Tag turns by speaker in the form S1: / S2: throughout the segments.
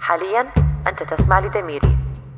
S1: حالياً أنت تسمع لدميري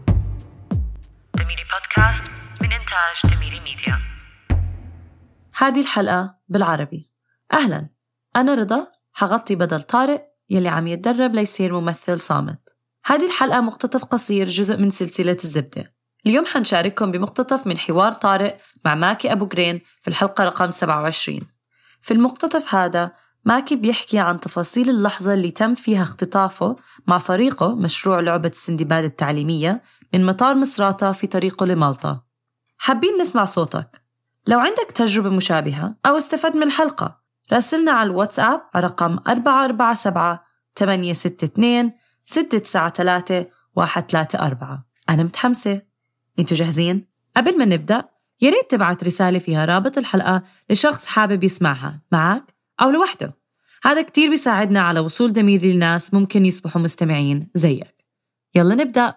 S1: بودكاست من إنتاج دميري ميديا. هذه الحلقة بالعربي. أهلاً، أنا رضا، حغطي بدل طارق يلي عم يتدرب ليصير ممثل صامت. هذه الحلقة مقتطف قصير، جزء من سلسلة الزبدة. اليوم حنشارككم بمقتطف من حوار طارق مع ماكي أبو جرين في الحلقة رقم 27. في المقتطف هذا ماكي بيحكي عن تفاصيل اللحظة اللي تم فيها اختطافه مع فريقه مشروع لعبة السندباد التعليمية من مطار مصراتة في طريقه لمالطا. حابين نسمع صوتك. لو عندك تجربة مشابهة أو استفاد من الحلقة، راسلنا على الواتساب على رقم 447-862-693-134. أنا متحمسة، انتوا جاهزين؟ قبل ما نبدأ ياريت تبعت رسالة فيها رابط الحلقة لشخص حابب يسمعها معك أو لوحده. هذا كتير بيساعدنا على وصول دميري للناس ممكن يصبحوا مستمعين زيك. يلا نبدأ.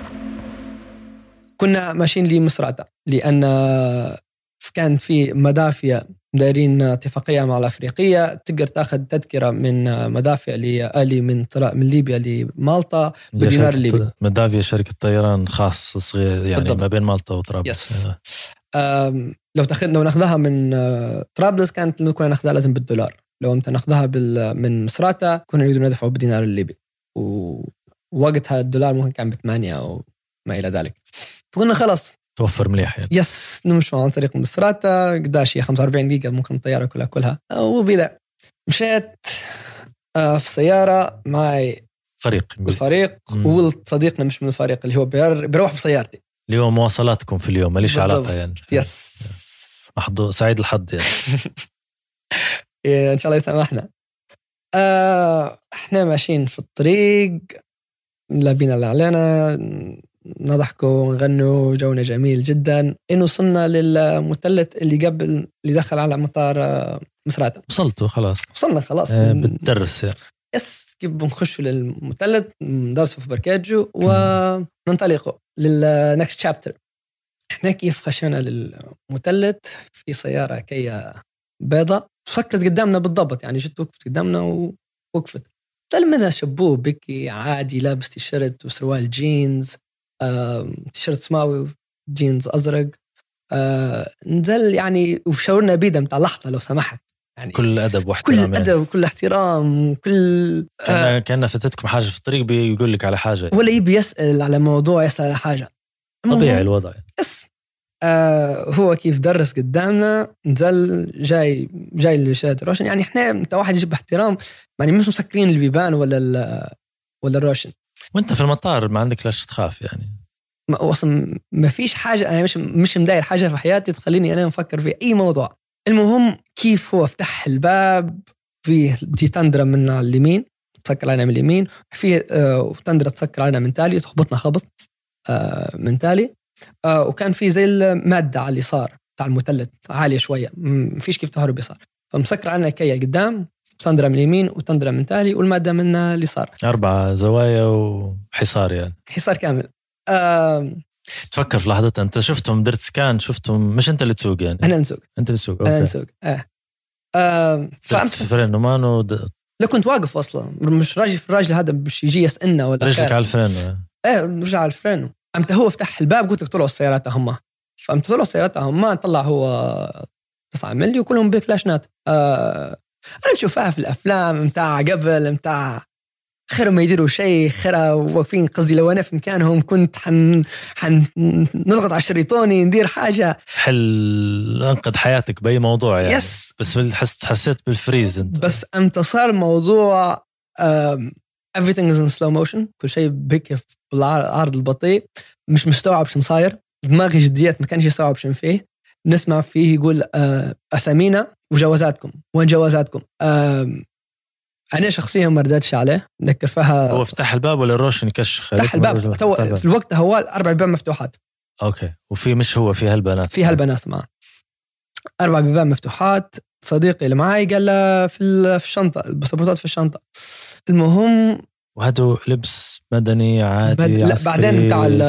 S2: كنا ماشيين لمصراتة لأن كان في مدافع دايرين اتفاقية مع الأفريقية تقدر تأخذ تذكرة من مدافع من ليبيا لمالطا بدينار الليبي.
S3: مدافع شركة طيران خاص صغير يعني بالضبط. ما بين مالطا وطرابلس.
S2: لو ناخذها من طرابلس كانت كنا ناخذها لازم بالدولار. لو أنت ناخذها من مصراتة كنا نريد ندفعه بدينار الليبي، ووقتها الدولار ممكن كان ب8 أو ما إلى ذلك. فقلنا خلاص
S3: توفر مليح يعني.
S2: نمشي عن طريق مصراتة قداش 45 دقيقة ممكن الطيارة كلها وبدا مشيت في سيارة معي فريق وصديقنا مش من الفريق اللي هو بيروح بسيارتي
S3: اللي هو مواصلاتكم في اليوم ماليش علاقة يعني. محظوظ سعيد الحظ يعني.
S2: إن شاء الله يسامحنا. احنا ماشيين في الطريق لابينا اللي علينا نضحكوا ونغنوا جونا جميل جدا. إنه وصلنا للمثلث اللي قبل اللي دخل على مطار مصراتة. وصلنا خلاص
S3: بتدرس يعني.
S2: كيف بنخش للمثلث ندرسه في بركاجو وننطلقوا للنكست شابتر. احنا كيف خشينا للمثلث في سيارة كيا بيضة فكرت قدامنا بالضبط يعني جت وقفت قدامنا ووقفت تلمنا شبوه بكي عادي لابس تيشيرت وسروال جينز تيشيرت سماوي جينز أزرق. نزل يعني وشاورنا بيدا متاع لحظة لو سمحت يعني
S3: كل أدب واحترام
S2: كل أدب وكل احترام وكل
S3: كأنه فتتكم حاجة في الطريق بيقول لك على حاجة
S2: ولا يبي يسأل على موضوع يسأل على حاجة
S3: طبيعي الوضع
S2: هو كيف درس قدامنا نزل جاي لشات روشن يعني احنا انت واحد يجيب احترام يعني مش مسكرين البيبان ولا الروشن
S3: وانت في المطار ما عندك لاش تخاف يعني
S2: اصلا ما فيش حاجه انا مش مداير حاجه في حياتي تخليني انا مفكر في اي موضوع. المهم كيف هو فتح الباب فيه جي تندرة من على اليمين تسكر علينا من اليمين فيه تندرة تسكر علينا من تالي تخبطنا خبط من تالي وكان في زي المادة على اليسار تاع المثلث عالية شوية مفيش كيف تهرب يسار فمسكر علينا كيا قدام تندرة من اليمين وتندرة من تالي والمادة من اليسار
S3: 4 زوايا وحصار يعني حصار
S2: كامل.
S3: تفكر في لحظة أنت شفتهم درت سكان شفتهم مش أنت اللي تسوق يعني
S2: أنا نسوق
S3: أنت اللي تسوق
S2: أنا نسوق
S3: فهمت فرينو مانو
S2: لا كنت واقف أصلا مش الراجل هذا مش يجي يسألنا ولا
S3: رجلك على الفرينو
S2: رجع على الفرينو أمتى هو فتح الباب قلت لك طلعوا السيارات هم فأمتى طلعوا السيارات هم طلع هو 9 ملي وكلهم بكلاشنات. أنا نشوفها في الأفلام متاع قبل متاع خير ما يديروا شيء خير واقفين قصدي لو أنا في مكانهم كنت نضغط على الشريطوني ندير حاجة
S3: حل أنقذ حياتك بأي موضوع يعني بس حسيت بالفريز أنت
S2: بس أمتى صار الموضوع everything is in slow motion كل شيء بك بالعرض البطيء مش مستوعب شو صاير دماغي جديات ما كانش يستوعب شو فيه نسمع فيه يقول أسامينا وجوازاتكم وين جوازاتكم. أنا شخصيا ما ردتش عليه نذكر فيها
S3: هو فتح الباب ولا الروشن يكشف
S2: فتح الباب في الوقت هو 4 بيبان مفتوحات
S3: أوكي وفي مش هو فيها البنات
S2: معه 4 بيبان مفتوحات. صديقي اللي معي قال في الشنطة الباسبورتات في الشنطة. المهم
S3: وهذا لبس مدني عادي
S2: لا بعدين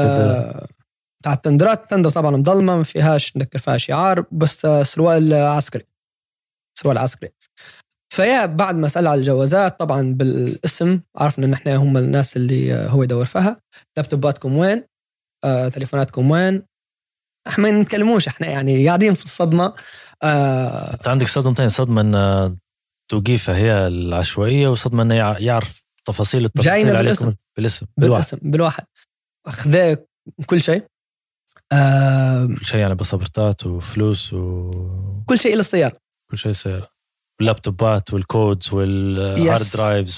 S2: بتاع التندرات طبعا مظلمة ما فيهاش نذكر فيها شعار بس سروال عسكري فيا بعد ما سأل على الجوازات طبعا بالاسم عرفنا ان احنا هم الناس اللي هو يدور فيها. لابتوباتكم وين؟ تليفوناتكم وين؟ احنا ما نتكلموش، احنا يعني قاعدين في الصدمة.
S3: انت عندك صدمتين، صدمة ان توقيفها هي العشوائية، وصدمة انه يعرف تفاصيل عليكم
S2: بالواحد اخذ كل شيء.
S3: كل شيء يعني بصبرتات وفلوس
S2: كل شيء إلى السيارة،
S3: كل شيء سيارة، اللابتوبات والكودز والهارد درايفز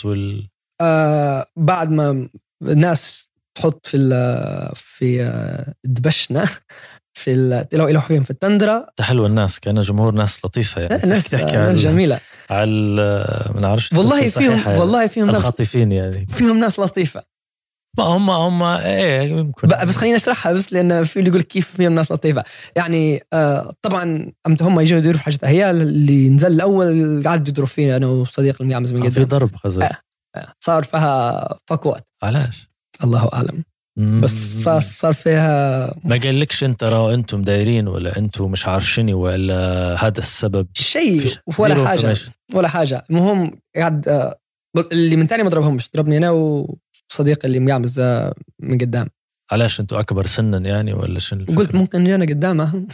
S2: بعد ما الناس تحط في دبشنا في لو إلى فيهم في التندرة.
S3: حلوة الناس، كأنه جمهور ناس لطيفة يعني،
S2: ناس جميلة
S3: على ما نعرفش
S2: والله فيهم ناس
S3: الخاطفين يعني،
S2: فيهم ناس لطيفة.
S3: ما هم ايه يمكن،
S2: بس خلينا نشرحها بس لأن في اللي يقول كيف فيهم ناس لطيفة يعني. طبعا هم يجوا يديروا في حاجة، هي اللي نزل الأول قاعد يدروا فينا أنا وصديق الميامز من قدام
S3: في ضرب خزر
S2: صار فيها فكوات.
S3: علاش
S2: الله أعلم، بس صار فيها.
S3: ما قالكش انت راه انتم دايرين ولا انتم مش عارفيني ولا هذا السبب
S2: شيء ولا حاجة. المهم قاعد اللي من تاني ما ضربهمش، ضربني أنا وصديقي اللي ميامز من قدام.
S3: علاش انتوا أكبر سنا يعني ولا شنو؟
S2: قلت ممكن جانا قدامه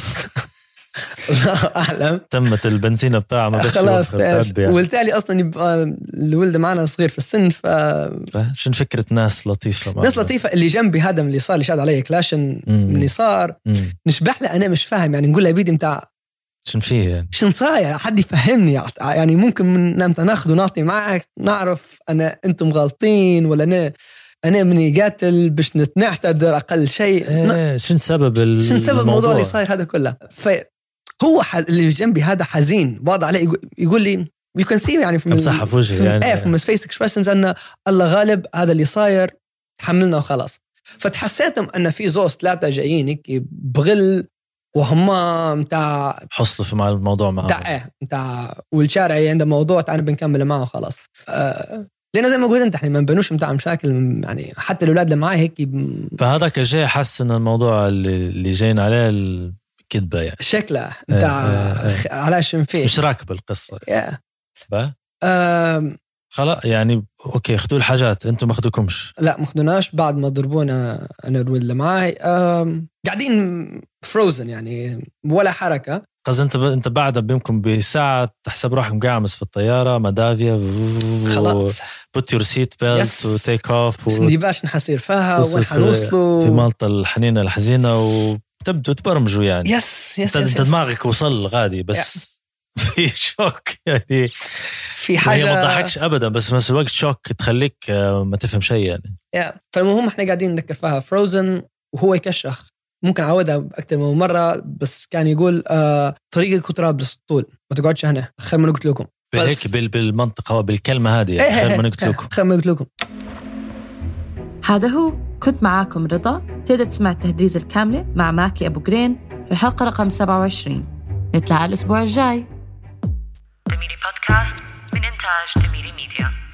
S2: الله أعلم.
S3: تمت البنزينة بتاعه ما
S2: خلاص يعني. والتالي أصلا يبقى الولد معنا صغير في السن
S3: شن فكرة ناس لطيفة
S2: ناس لطيفة. اللي جنبي هذا من اللي صار اللي شاد علي كلاشن من اللي صار نشبح له أنا مش فاهم يعني، نقول له بيدي متاع
S3: شن فيه يعني،
S2: شن صاير، حد يفهمني يعني. ممكن من ناخذ ونعطي معك نعرف أنتم غلطين ولا أنا مني قاتل باش نعتذر أقل شيء.
S3: شن سبب
S2: الموضوع اللي صاير هذا كله. هو اللي جنبي هذا حزين واضح عليه، يقول لي you can see يعني في
S3: مسحة في وجهي يعني
S2: في face expressions أن الله غالب، هذا اللي صاير تحملنا وخلاص. فتحسيتهم أن في زوز 3 جايين بغل وهم متاع
S3: حصلوا في مع الموضوع معه
S2: متاع والشارع عنده موضوع تعال بنكمل معه وخلاص. لأنه زي ما قلت أنت احنا ما نبنوش متاع مشاكل يعني، حتى الأولاد اللي معي هيك
S3: فهذاك جاي حس إن الموضوع اللي جايين عليه كذبة يعني
S2: شكله متاع علاش فيه
S3: مش راكب القصة خلاص يعني. أوكي خدوا الحاجات، أنتم ما خدوكمش؟ لا
S2: ما خدوناش. بعد ما ضربونا أنا الولد اللي معي قاعدين فروزن يعني ولا حركة.
S3: قصد أنت بعد بيمكن بساعة تحسب روحكم قاعمس في الطيارة مدافيا
S2: خلاص
S3: put your seat belt و take off
S2: سندي باش نحصير فيها ونحنوصلوا
S3: في مالطة الحنينة الحزينة وتبدو تبرمجوا يعني.
S2: يس
S3: انت دماغك وصل غادي بس في شوك يعني،
S2: في حاجة
S3: ما تضحكش أبدا بس في نفس الوقت شوك تخليك ما تفهم شيء يعني.
S2: فالمهم احنا قاعدين نذكر فيها فروزن وهو يكشخ، ممكن عودها أكثر من مرة بس كان يقول طريقك وترابلس طول ما تقعدش هنا، خير ما قلت لكم
S3: هيك بالمنطقة بالكلمة هذه يعني خير ما قلت لكم
S2: خير ما قلت لكم.
S1: هذا هو كنت معاكم رضا. تقدر تسمع التهدريز الكاملة مع ماكي أبو جرين في الحلقة رقم 27. نتلاقى الأسبوع الجاي. دميري بودكاست من إنتاج دميري ميديا.